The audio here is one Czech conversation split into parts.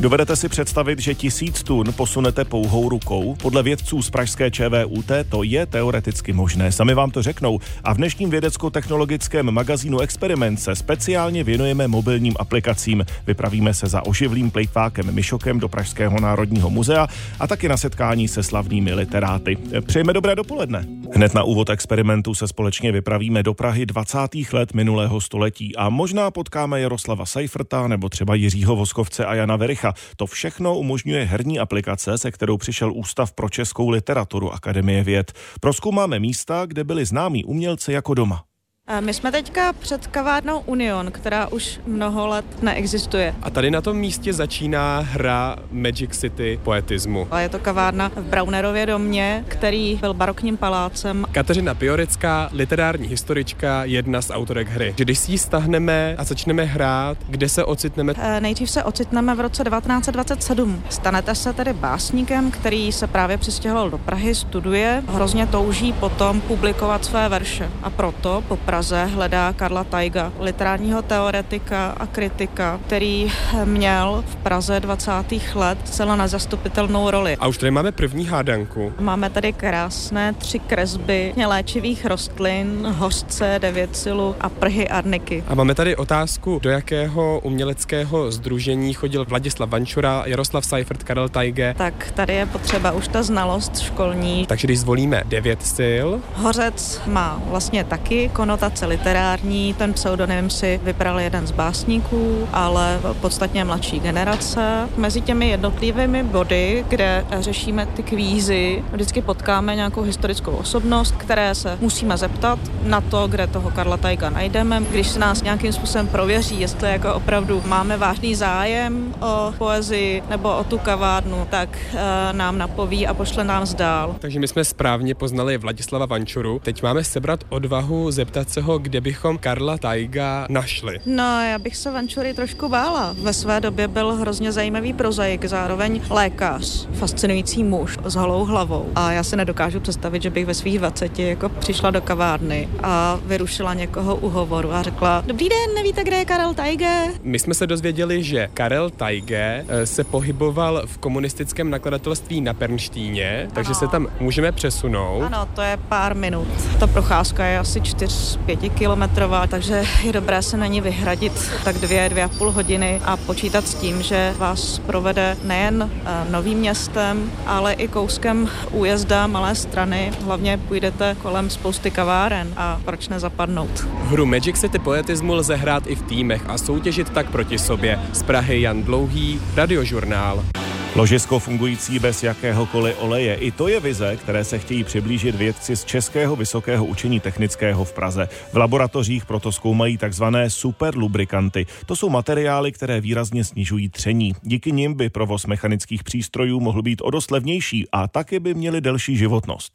Dovedete si představit, že 1000 tun posunete pouhou rukou? Podle vědců z pražské ČVUT to je teoreticky možné. Sami vám to řeknou. A v dnešním vědecko-technologickém magazínu Experiment se speciálně věnujeme mobilním aplikacím. Vypravíme se za oživlým plejtvákem Mišokem do Pražského národního muzea a taky na setkání se slavnými literáty. Přejeme dobré dopoledne. Hned na úvod Experimentu se společně vypravíme do Prahy 20. let minulého století a možná potkáme Jaroslava Seiferta nebo třeba Jiřího Voskovce a Jana Vericha. To všechno umožňuje herní aplikace, se kterou přišel Ústav pro českou literaturu Akademie věd. Prozkoumáme místa, kde byli známí umělci jako doma. My jsme teďka před kavárnou Union, která už mnoho let neexistuje. A tady na tom místě začíná hra Magic City poetismu. A je to kavárna v Braunerově domě, který byl barokním palácem. Kateřina Piorecká, literární historička, jedna z autorek hry. Když si ji stáhneme a začneme hrát, kde se ocitneme? Nejdřív se ocitneme v roce 1927. Stanete se tedy básníkem, který se právě přistěhoval do Prahy, studuje, hrozně touží potom publikovat své verše. A proto po Praze hledá Karla Teiga, literárního teoretika a kritika, který měl v Praze 20. let zcela nezastupitelnou roli. A už tady máme první hádanku. Máme tady krásné 3 kresby léčivých rostlin, hořce, devěcilu a prhy arniky. A máme tady otázku, do jakého uměleckého sdružení chodil Vladislav Vančura, Jaroslav Seifert, Karel Teige. Tak tady je potřeba už ta znalost školní. Takže když zvolíme 9 sil. Hořec má vlastně taky konotace literární, ten pseudonym si vybral jeden z básníků, ale podstatně mladší generace. Mezi těmi jednotlivými body, kde řešíme ty kvízy, vždycky potkáme nějakou historickou osobnost, které se musíme zeptat na to, kde toho Karla Teiga najdeme. Když se nás nějakým způsobem prověří, jestli jako opravdu máme vážný zájem o poezii nebo o tu kavárnu, tak nám napoví a pošle nám dál. Takže my jsme správně poznali Vladislava Vančuru. Teď máme sebrat odvahu zeptat se ho, kde bychom Karla Teiga našli. No, já bych se Vančury trošku bála. Ve své době byl hrozně zajímavý prozaik, zároveň lékař, fascinující muž s holou hlavou. A já si nedokážu představit, že bych ve svých 20 jako přišla do kavárny a vyrušila někoho u hovoru a řekla: Dobrý den, nevíte, kde je Karel Teige? My jsme se dozvěděli, že Karel Teige se pohyboval v komunistickém nakladatelství na Pernštíně, takže se tam můžeme přesunout. Ano, to je pár minut. Ta procházka je asi 4-5 kilometrová, takže je dobré se na ní vyhradit tak 2,5 hodiny a počítat s tím, že vás provede nejen Novým Městem, ale i kouskem Újezda Malé Strany. Hlavně půjdete kolem spousty kaváren a proč nezapadnout. Hru Magic City poetismu lze hrát i v týmech a soutěžit tak proti sobě. Z Prahy Jan Dlouhý, Radiožurnál. Ložisko fungující bez jakéhokoliv oleje. I to je vize, které se chtějí přiblížit vědci z Českého vysokého učení technického v Praze. V laboratořích proto zkoumají takzvané superlubrikanty. To jsou materiály, které výrazně snižují tření. Díky nim by provoz mechanických přístrojů mohl být o dost levnější a taky by měli delší životnost.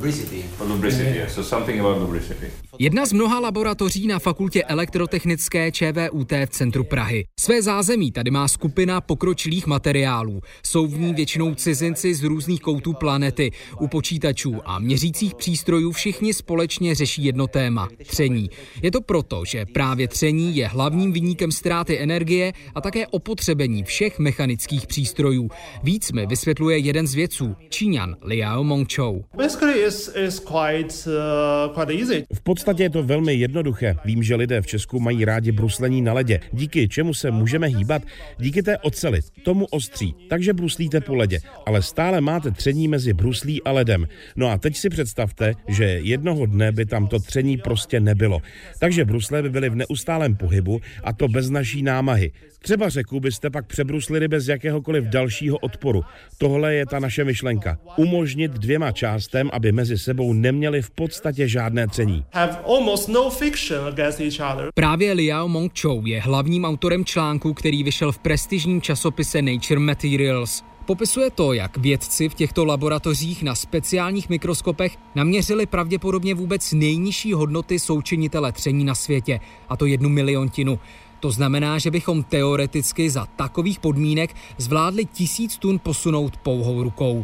Jedna z mnoha laboratoří na fakultě elektrotechnické ČVUT v centru Prahy. Své zázemí tady má skupina pokročilých materiálů. Jsou v ní většinou cizinci z různých koutů planety. U počítačů a měřících přístrojů všichni společně řeší jedno téma – tření. Je to proto, že právě tření je hlavním viníkem ztráty energie a také opotřebení všech mechanických přístrojů. Víc mi vysvětluje jeden z vědců, Číňan Liao Mengchou. V podstatě je to velmi jednoduché. Vím, že lidé v Česku mají rádi bruslení na ledě, díky čemu se můžeme hýbat, díky té oceli, tomu ostří, takže bruslíte po ledě, ale stále máte tření mezi bruslí a ledem. No a teď si představte, že jednoho dne by tam to tření prostě nebylo. Takže brusle by byly v neustálém pohybu a to bez naší námahy. Třeba řeku byste pak přebruslili bez jakéhokoliv dalšího odporu. Tohle je ta naše myšlenka. Umožnit dvěma částem, aby mezi sebou neměli v podstatě žádné tření. Právě Liao Mengchou je hlavním autorem článku, který vyšel v prestižním časopise Nature Materials. Popisuje to, jak vědci v těchto laboratořích na speciálních mikroskopech naměřili pravděpodobně vůbec nejnižší hodnoty součinitele tření na světě, a to 1 miliontinu. To znamená, že bychom teoreticky za takových podmínek zvládli 1000 tun posunout pouhou rukou.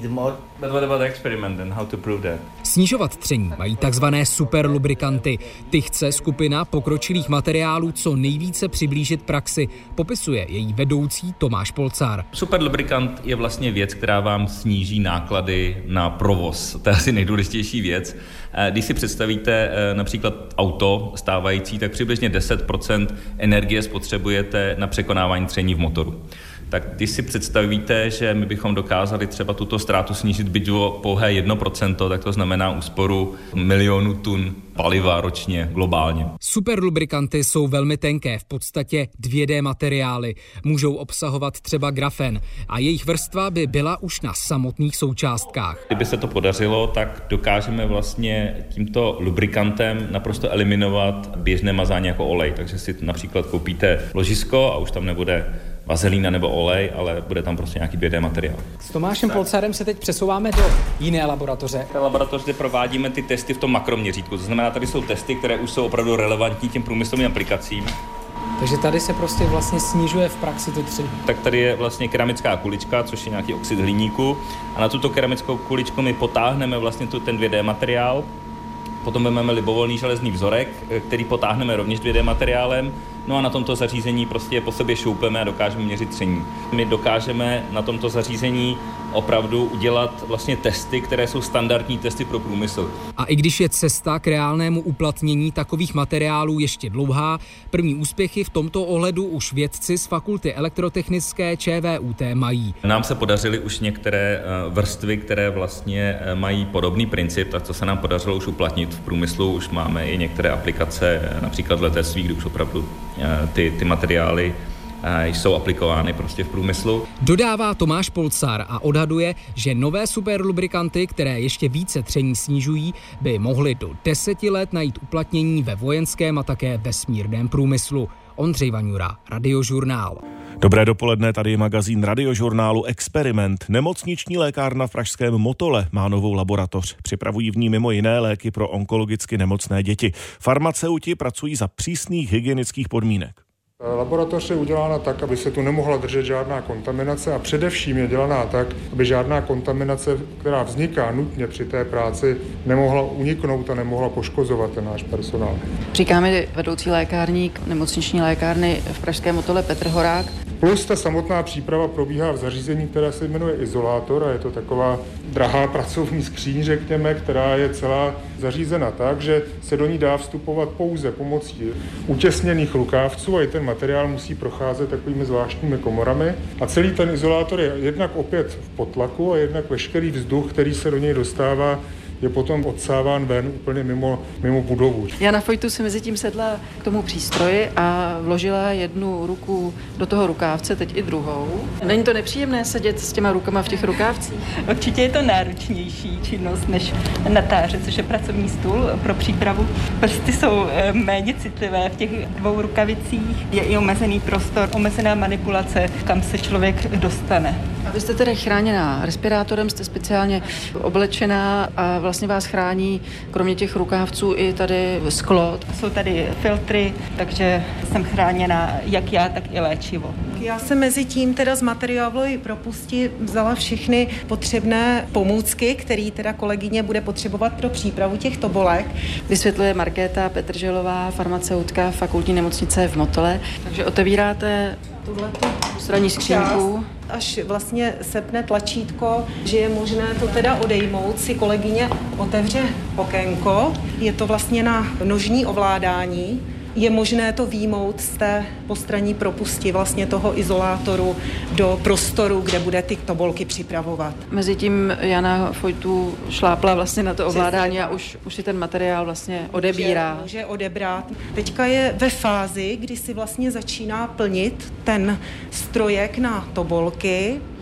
Snižovat tření mají takzvané superlubrikanty. Ty chce skupina pokročilých materiálů co nejvíce přiblížit praxi, popisuje její vedoucí Tomáš Polcár. Superlubrikant je vlastně věc, která vám sníží náklady na provoz. To je asi nejdůležitější věc. Když si představíte například auto stávající, tak přibližně 10% energie spotřebujete na překonávání tření v motoru. Tak když si představíte, že my bychom dokázali třeba tuto ztrátu snížit byť o pouhé 1%, tak to znamená úsporu 1 milionu tun paliva ročně globálně. Superlubrikanty jsou velmi tenké, v podstatě 2D materiály. Můžou obsahovat třeba grafen a jejich vrstva by byla už na samotných součástkách. Kdyby se to podařilo, tak dokážeme vlastně tímto lubrikantem naprosto eliminovat běžné mazání jako olej. Takže si například koupíte ložisko a už tam nebude vazelína nebo olej, ale bude tam prostě nějaký 2D materiál. S Tomášem Polcárem se teď přesouváme do jiné laboratoře. V laboratoři provádíme ty testy v tom makroměřítku. To znamená, tady jsou testy, které už jsou opravdu relevantní těm průmyslovým aplikacím. Takže tady se prostě vlastně snižuje v praxi to tření. Tak tady je vlastně keramická kulička, což je nějaký oxid hliníku. A na tuto keramickou kuličku my potáhneme vlastně ten 2D materiál. Potom vezmeme libovolný železný vzorek, který potáhneme rovněž 2D materiálem. No a na tomto zařízení prostě po sobě šoupeme a dokážeme měřit tření. My dokážeme na tomto zařízení opravdu udělat vlastně testy, které jsou standardní testy pro průmysl. A i když je cesta k reálnému uplatnění takových materiálů ještě dlouhá, první úspěchy v tomto ohledu už vědci z Fakulty elektrotechnické ČVUT mají. Nám se podařily už některé vrstvy, které vlastně mají podobný princip, tak co se nám podařilo už uplatnit v průmyslu. Už máme i některé aplikace, například v letectví, kde už opravdu ty materiály jsou aplikovány prostě v průmyslu. Dodává Tomáš Polcár a odhaduje, že nové superlubrikanty, které ještě více tření snižují, by mohly do 10 let najít uplatnění ve vojenském a také vesmírném průmyslu. Ondřej Vaňura, Radiožurnál. Dobré dopoledne, tady je magazín Radiožurnálu Experiment. Nemocniční lékárna v pražském Motole má novou laboratoř. Připravují v ní mimo jiné léky pro onkologicky nemocné děti. Farmaceuti pracují za přísných hygienických podmínek. Laboratoř je udělána tak, aby se tu nemohla držet žádná kontaminace a především je dělaná tak, aby žádná kontaminace, která vzniká nutně při té práci, nemohla uniknout a nemohla poškozovat ten náš personál. Říkáme vedoucí lékárník nemocniční lékárny v pražském Motole Petr Horák. Plus ta samotná příprava probíhá v zařízení, které se jmenuje izolátor a je to taková drahá pracovní skříň, řekněme, která je celá zařízena tak, že se do ní dá vstupovat pouze pomocí utěsněných rukávců a i ten materiál musí procházet takovými zvláštními komorami. A celý ten izolátor je jednak opět v potlaku a jednak veškerý vzduch, který se do něj dostává, je potom odsáván ven úplně mimo budovu. Jana Fojtu si mezi tím sedla k tomu přístroji a vložila jednu ruku do toho rukávce, teď i druhou. Není to nepříjemné sedět s těma rukama v těch rukávcích? Určitě je to náročnější činnost než natáře, což je pracovní stůl pro přípravu. Prsty jsou méně citlivé v těch dvou rukavicích. Je i omezený prostor, omezená manipulace, kam se člověk dostane. A vy jste tedy chráněná respirátorem, jste speciálně oblečená a vlastně vás chrání kromě těch rukávců i tady sklo. Jsou tady filtry, takže jsem chráněna jak já, tak i léčivo. Já jsem mezi tím teda z materiálové propustí vzala všechny potřebné pomůcky, které teda kolegyně bude potřebovat pro přípravu těch tobolek. Vysvětluje Markéta Petrželová, farmaceutka Fakultní nemocnice v Motole. Takže otevíráte tuhletu straní skřínku. Až vlastně sepne tlačítko, že je možné to teda odejmout, si kolegyně otevře okénko. Je to vlastně na nožní ovládání. Je možné to vyjmout z té postranní propusti vlastně toho izolátoru do prostoru, kde bude ty tobolky připravovat. Mezitím Jana Fojtu šlápla vlastně na to ovládání a už si ten materiál vlastně odebírá. Může odebrat. Teďka je ve fázi, kdy si vlastně začíná plnit ten strojek na tobolky.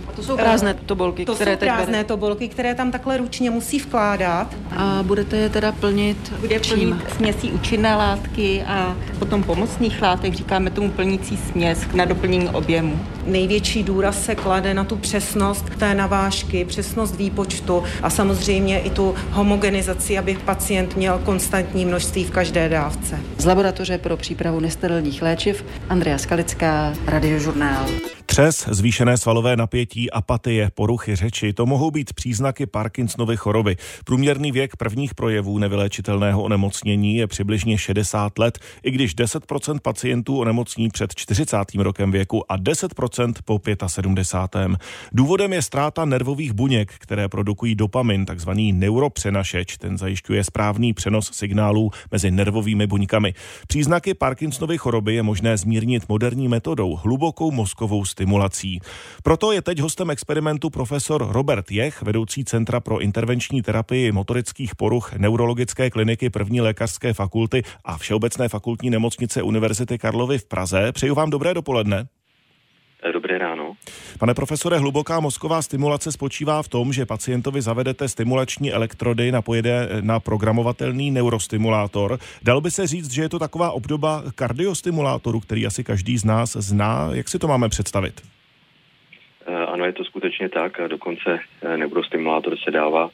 To jsou prázdné tobolky, které teď prázdné tobolky, které tam takhle ručně musí vkládat. A budete je teda plnit čím? Směsí účinné látky a potom pomocných látek, říkáme tomu plnící směs na doplnění objemu. Největší důraz se klade na tu přesnost té navážky, přesnost výpočtu a samozřejmě i tu homogenizaci, aby pacient měl konstantní množství v každé dávce. Z laboratoře pro přípravu nesterilních léčiv Andrea Skalická, Radiožurnál. Třes, zvýšené svalové napětí, apatie, poruchy řeči, to mohou být příznaky Parkinsonovy choroby. Průměrný věk prvních projevů nevyléčitelného onemocnění je přibližně 60 let, i když 10% pacientů onemocní před 40. rokem věku a 10% po 75. Důvodem je ztráta nervových buněk, které produkují dopamin, takzvaný neuropřenašeč. Ten zajišťuje správný přenos signálů mezi nervovými buňkami. Příznaky Parkinsonovy choroby je možné zmírnit moderní metodou, hlubokou mozkovou stimulací. Proto je teď hostem experimentu profesor Robert Jech, vedoucí Centra pro intervenční terapii motorických poruch Neurologické kliniky 1. lékařské fakulty a Všeobecné fakultní nemocnice Univerzity Karlovy v Praze. Přeju vám dobré dopoledne. Dobré ráno. Pane profesore, hluboká mozková stimulace spočívá v tom, že pacientovi zavedete stimulační elektrody, napojede na programovatelný neurostimulátor. Dalo by se říct, že je to taková obdoba kardiostimulátoru, který asi každý z nás zná. Jak si to máme představit? Ano, je to skutečně tak. Dokonce neurostimulátor se dává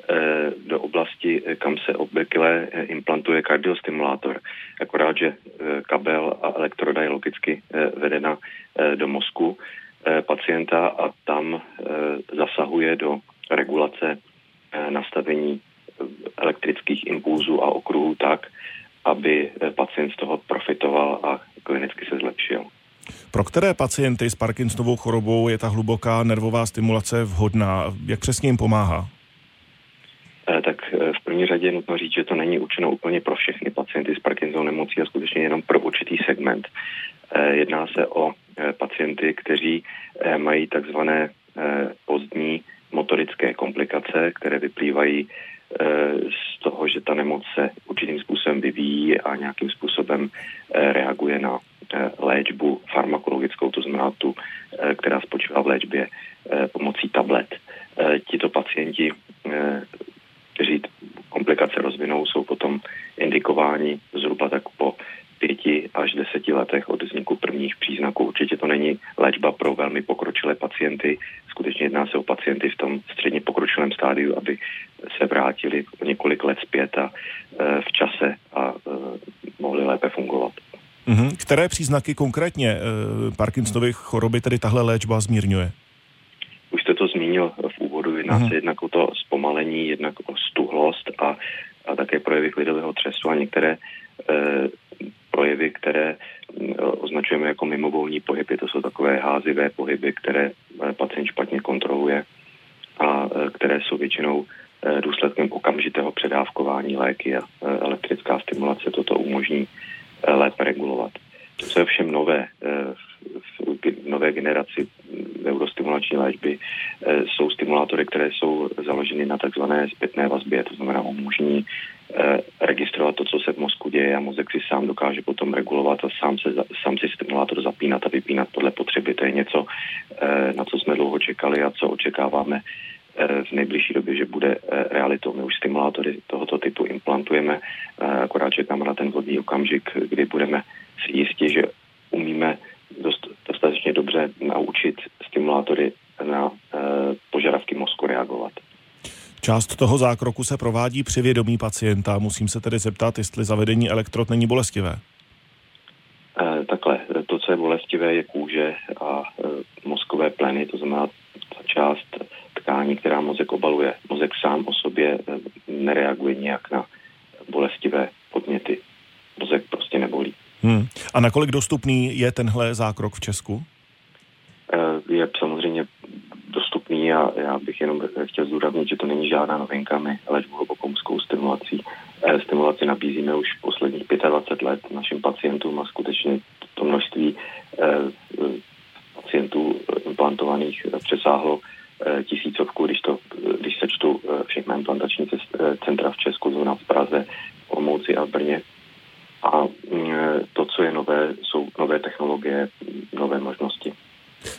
do oblasti, kam se obvykle implantuje kardiostimulátor. Akorát, že kabel a elektroda je logicky vedena do mozku pacienta a tam zasahuje do regulace nastavení elektrických impulzů a okruhů tak, aby pacient z toho profitoval a klinicky se zlepšil. Pro které pacienty s Parkinsonovou chorobou je ta hluboká nervová stimulace vhodná? Jak přesně jim pomáhá? Tak v první řadě je nutno říct, že to není určeno úplně pro všechny pacienty s Parkinsonovou nemocí a skutečně jenom pro určitý segment. Jedná se o pacienty, kteří mají takzvané pozdní motorické komplikace, které vyplývají z toho, že ta nemoc se určitým způsobem vyvíjí a nějakým způsobem reaguje na léčbu farmakologickou, to znamená tu, která spočívá v léčbě pomocí tablet. Tito pacienti, kteří komplikace rozvinou, jsou potom indikováni zhruba tak po 5 až 10 letech od vzniku prvních příznaků. Určitě to není léčba pro velmi pokročilé pacienty. Skutečně jedná se o pacienty v tom středně pokročilém stádiu, aby se vrátili o několik let zpět a v čase a mohli lépe fungovat. Které příznaky konkrétně Parkinsonovy choroby tedy tahle léčba zmírňuje? Už jste to zmínil v úvodu, jedná se jednak o to zpomalení, jednak o stuhlost a také projevy klidového třesu a některé projevy, které označujeme jako mimovolní pohyby. To jsou takové házivé pohyby, které pacient špatně kontroluje a které jsou většinou důsledkem okamžitého předávkování léky a elektrická stimulace toto umožní lépe regulovat. Co je všem nové v nové generaci neurostimulační léčby jsou stimulátory, které jsou založeny na takzvané zpětné vazbě, to znamená umožní registrovat to, co se v mozku děje a mozek si sám dokáže potom regulovat a sám si stimulátor zapínat a vypínat podle potřeby. To je něco, na co jsme dlouho čekali a co očekáváme v nejbližší době, že bude realitou. My už stimulátory tohoto typu implantujeme, akorát čekáme na ten vhodný okamžik, kdy budeme si jistí, že umíme dostatečně dobře naučit stimulátory na požadavky mozku reagovat. Část toho zákroku se provádí při vědomí pacienta. Musím se tedy zeptat, jestli zavedení elektrod není bolestivé. Takhle, to, co je bolestivé, je kůže a mozkové pleny, to znamená ta část tkání, která mozek obaluje. Mozek sám o sobě nereaguje nijak na bolestivé podněty. Mozek prostě nebolí. A nakolik dostupný je tenhle zákrok v Česku? Je samozřejmě dostupný a já bych jenom chtěl zdůraznit, že to není žádná novinka. My léčbu hlubokou mozkovou stimulaci nabízíme už posledních 25 let našim pacientům a skutečně to množství pacientů implantovaných přesáhlo tisícovku, když sečtu všechna implantační centra v Česku, zrovna v Praze, v Olomouci a v Brně. A to, co je nové, jsou nové technologie, nové možnosti.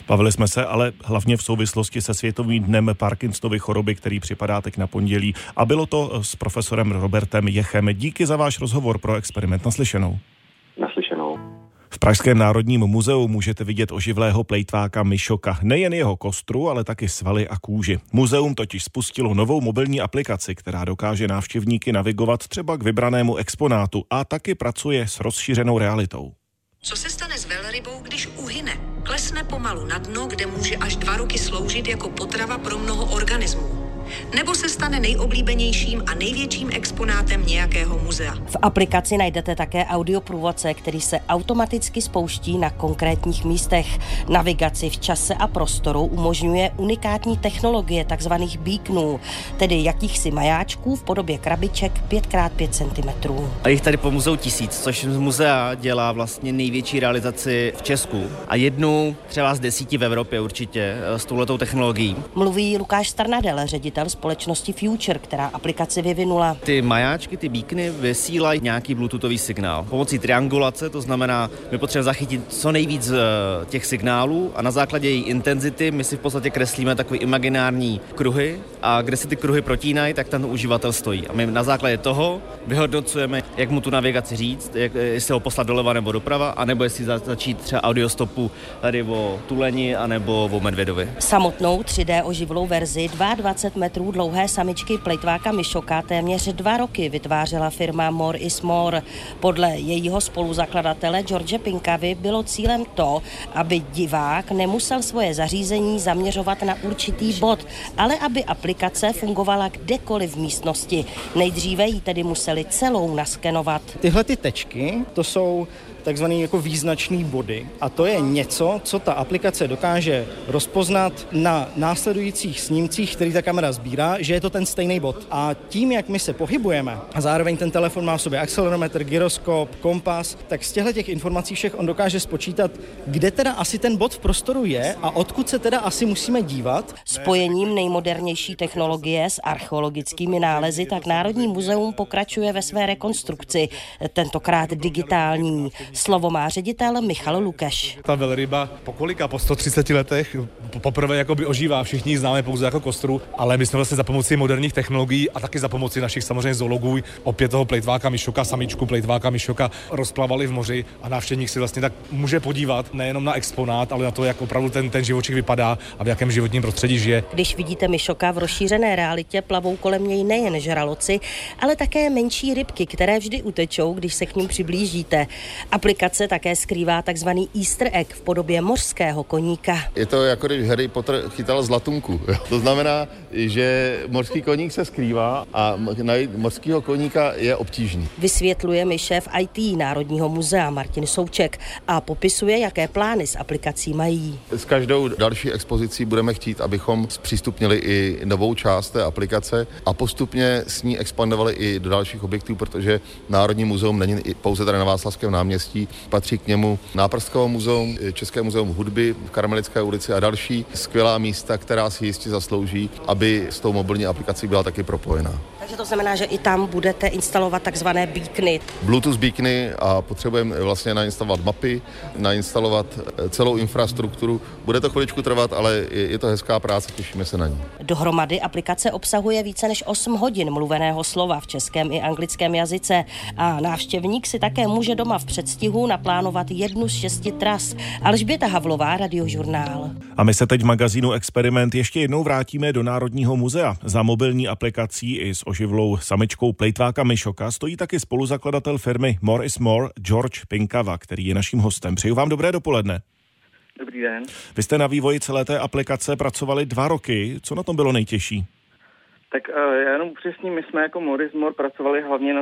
Bavili jsme se ale hlavně v souvislosti se Světovým dnem Parkinsonovy choroby, který připadá teď na pondělí. A bylo to s profesorem Robertem Jechem. Díky za váš rozhovor pro Experiment. Naslyšenou. Naslyšenou. V Pražském národním muzeu můžete vidět oživlého plejtváka Mišoka. Nejen jeho kostru, ale taky svaly a kůži. Muzeum totiž spustilo novou mobilní aplikaci, která dokáže návštěvníky navigovat třeba k vybranému exponátu a taky pracuje s rozšířenou realitou. Co se stane s velrybou, když uhyne? Klesne pomalu na dno, kde může až 2 roky sloužit jako potrava pro mnoho organismů. Nebo se stane nejoblíbenějším a největším exponátem nějakého muzea. V aplikaci najdete také audioprůvodce, který se automaticky spouští na konkrétních místech. Navigaci v čase a prostoru umožňuje unikátní technologie takzvaných beaconů, tedy jakýchsi majáčků v podobě krabiček 5x5 cm. A jich tady po muzeu 1000, což z muzea dělá vlastně největší realizaci v Česku a jednu třeba z 10 v Evropě určitě s touhletou technologií. Mluví Lukáš Starnadel, ředitel společnosti Future, která aplikaci vyvinula. Ty majáčky, ty beacony vysílají nějaký bluetoothový signál. Pomocí triangulace, to znamená, my potřebujeme zachytit co nejvíc těch signálů a na základě její intenzity my si v podstatě kreslíme takový imaginární kruhy a kde se ty kruhy protínají, tak ten uživatel stojí. A my na základě toho vyhodnocujeme, jak mu tu navigaci říct, jestli ho poslat doleva nebo doprava, anebo jestli začít třeba audiostopu tady o tuleni anebo o medvědovi. Samotnou 3D oživlou verzi 22 metrů dlouhé samičky plejtváka Mišoka téměř 2 roky vytvářela firma More is More. Podle jejího spoluzakladatele George Pinkavy bylo cílem to, aby divák nemusel svoje zařízení zaměřovat na určitý bod, ale aby aplikace fungovala kdekoliv v místnosti. Nejdříve ji tedy museli celou naskenovat. Tyhle ty tečky, to jsou takzvaný jako význačný body a to je něco, co ta aplikace dokáže rozpoznat na následujících snímcích, který ta kamera sbírá, že je to ten stejný bod. A tím, jak my se pohybujeme, a zároveň ten telefon má v sobě akcelerometr, gyroskop, kompas, tak z těch informací všech on dokáže spočítat, kde teda asi ten bod v prostoru je a odkud se teda asi musíme dívat. Spojením nejmodernější technologie s archeologickými nálezy tak Národní muzeum pokračuje ve své rekonstrukci, tentokrát digitální. Slovo má ředitel Michal Lukeš. Ta velryba po 130 letech poprvé jakoby ožívá, všichni ji známe pouze jako kostru, ale my jsme vlastně za pomoci moderních technologií a taky za pomoci našich samozřejmě zoologů opět toho plejtváka Mišoka, samičku plejtváka Mišoka rozplavali v moři a návštěvník si vlastně tak může podívat nejenom na exponát, ale na to, jak opravdu ten živočich vypadá a v jakém životním prostředí žije. Když vidíte Mišoka v rozšířené realitě, plavou kolem něj nejen žraloci, ale také menší rybky, které vždy utečou, když se k ním přiblížíte. Aplikace také skrývá takzvaný Easter egg v podobě mořského koníka. Je to jako když Harry Potter chytal zlatunku. To znamená, že mořský koník se skrývá a najít mořského koníka je obtížný. Vysvětluje mi šéf IT Národního muzea Martin Souček a popisuje, jaké plány s aplikací mají. S každou další expozicí budeme chtít, abychom zpřístupnili i novou část té aplikace a postupně s ní expandovali i do dalších objektů, protože Národní muzeum není pouze tady na Václavském náměstí, patří k němu Náprstkové muzeum, České muzeum hudby v Karmelické ulici a další skvělá místa, která si jistě zaslouží, aby s tou mobilní aplikací byla taky propojená. Takže to znamená, že i tam budete instalovat takzvané beacony. Bluetooth beacony a potřebujeme vlastně nainstalovat mapy, nainstalovat celou infrastrukturu. Bude to chviličku trvat, ale je to hezká práce, těšíme se na ní. Dohromady aplikace obsahuje více než 8 hodin mluveného slova v českém i anglickém jazyce a návštěvník si také může doma v předstihu naplánovat 1 z 6 tras. Alžběta Havlová, Radiožurnál. A my se teď v magazínu Experiment ještě jednou vrátíme do Národního muzea. Za mobilní aplikací i s oživlou samičkou plejtváka Mišoka stojí taky spoluzakladatel firmy More is More George Pinkava, který je naším hostem. Přeju vám dobré dopoledne. Dobrý den. Vy jste na vývoji celé té aplikace pracovali 2 roky. Co na tom bylo nejtěžší? Tak já jenom upřesním, my jsme jako More is More pracovali hlavně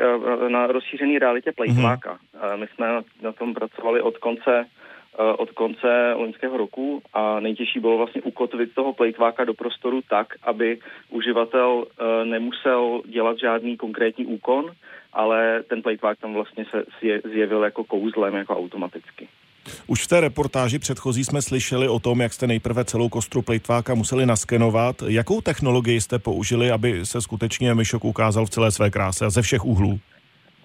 na rozšířené realitě plejtváka. My jsme na tom pracovali od konce loňského roku a nejtěžší bylo vlastně ukotvit toho plejtváka do prostoru tak, aby uživatel nemusel dělat žádný konkrétní úkon, ale ten plejtvák tam vlastně se zjevil jako kouzlem, jako automaticky. Už v té reportáži předchozí jsme slyšeli o tom, jak jste nejprve celou kostru plejtváka museli naskenovat. Jakou technologii jste použili, aby se skutečně Mišok ukázal v celé své kráse a ze všech úhlů?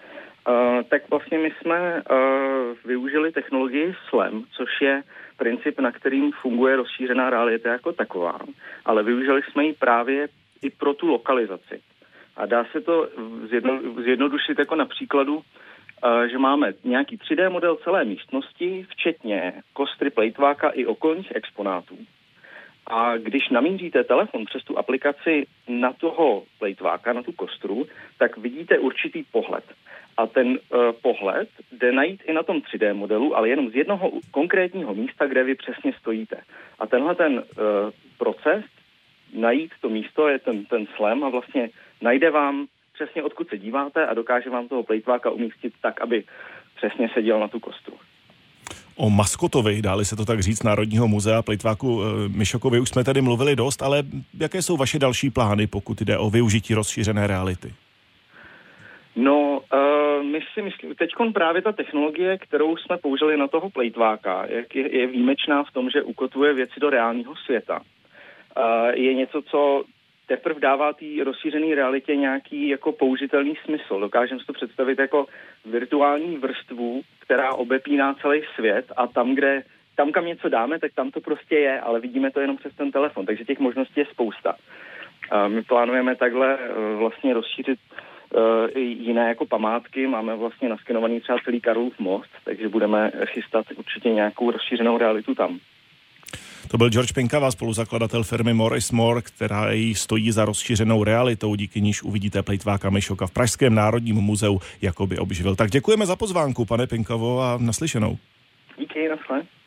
Tak vlastně my jsme využili technologii SLAM, což je princip, na kterým funguje rozšířená realita jako taková, ale využili jsme ji právě i pro tu lokalizaci. A dá se to zjednodušit jako na příkladu, že máme nějaký 3D model celé místnosti, včetně kostry, plejtváka i okolních exponátů. A když namíříte telefon přes tu aplikaci na toho plejtváka, na tu kostru, tak vidíte určitý pohled. A ten pohled jde najít i na tom 3D modelu, ale jenom z jednoho konkrétního místa, kde vy přesně stojíte. A tenhle proces, najít to místo, je ten SLAM a vlastně najde vám přesně odkud se díváte a dokáže vám toho plejtváka umístit tak, aby přesně seděl na tu kostru. O maskotovi, dáli se to tak říct, Národního muzea plejtváku Mišokovi už jsme tady mluvili dost, ale jaké jsou vaše další plány, pokud jde o využití rozšířené reality? No, my si myslím, teďkon právě ta technologie, kterou jsme použili na toho plejtváka, je výjimečná v tom, že ukotvuje věci do reálného světa. Je něco, co teprve dává té rozšířené realitě nějaký jako použitelný smysl. Dokážeme si to představit jako virtuální vrstvu, která obepíná celý svět a tam, kam něco dáme, tak tam to prostě je, ale vidíme to jenom přes ten telefon, takže těch možností je spousta. My plánujeme takhle vlastně rozšířit i jiné jako památky. Máme vlastně naskenovaný třeba celý Karlův most, takže budeme chystat určitě nějakou rozšířenou realitu tam. To byl George Pinkava, spoluzakladatel firmy More is More, která jí stojí za rozšířenou realitou, díky níž uvidíte plejtváka Mišoka v Pražském národním muzeu jakoby obživil. Tak děkujeme za pozvánku, pane Pinkavo, a naslyšenou. Díky, naschle.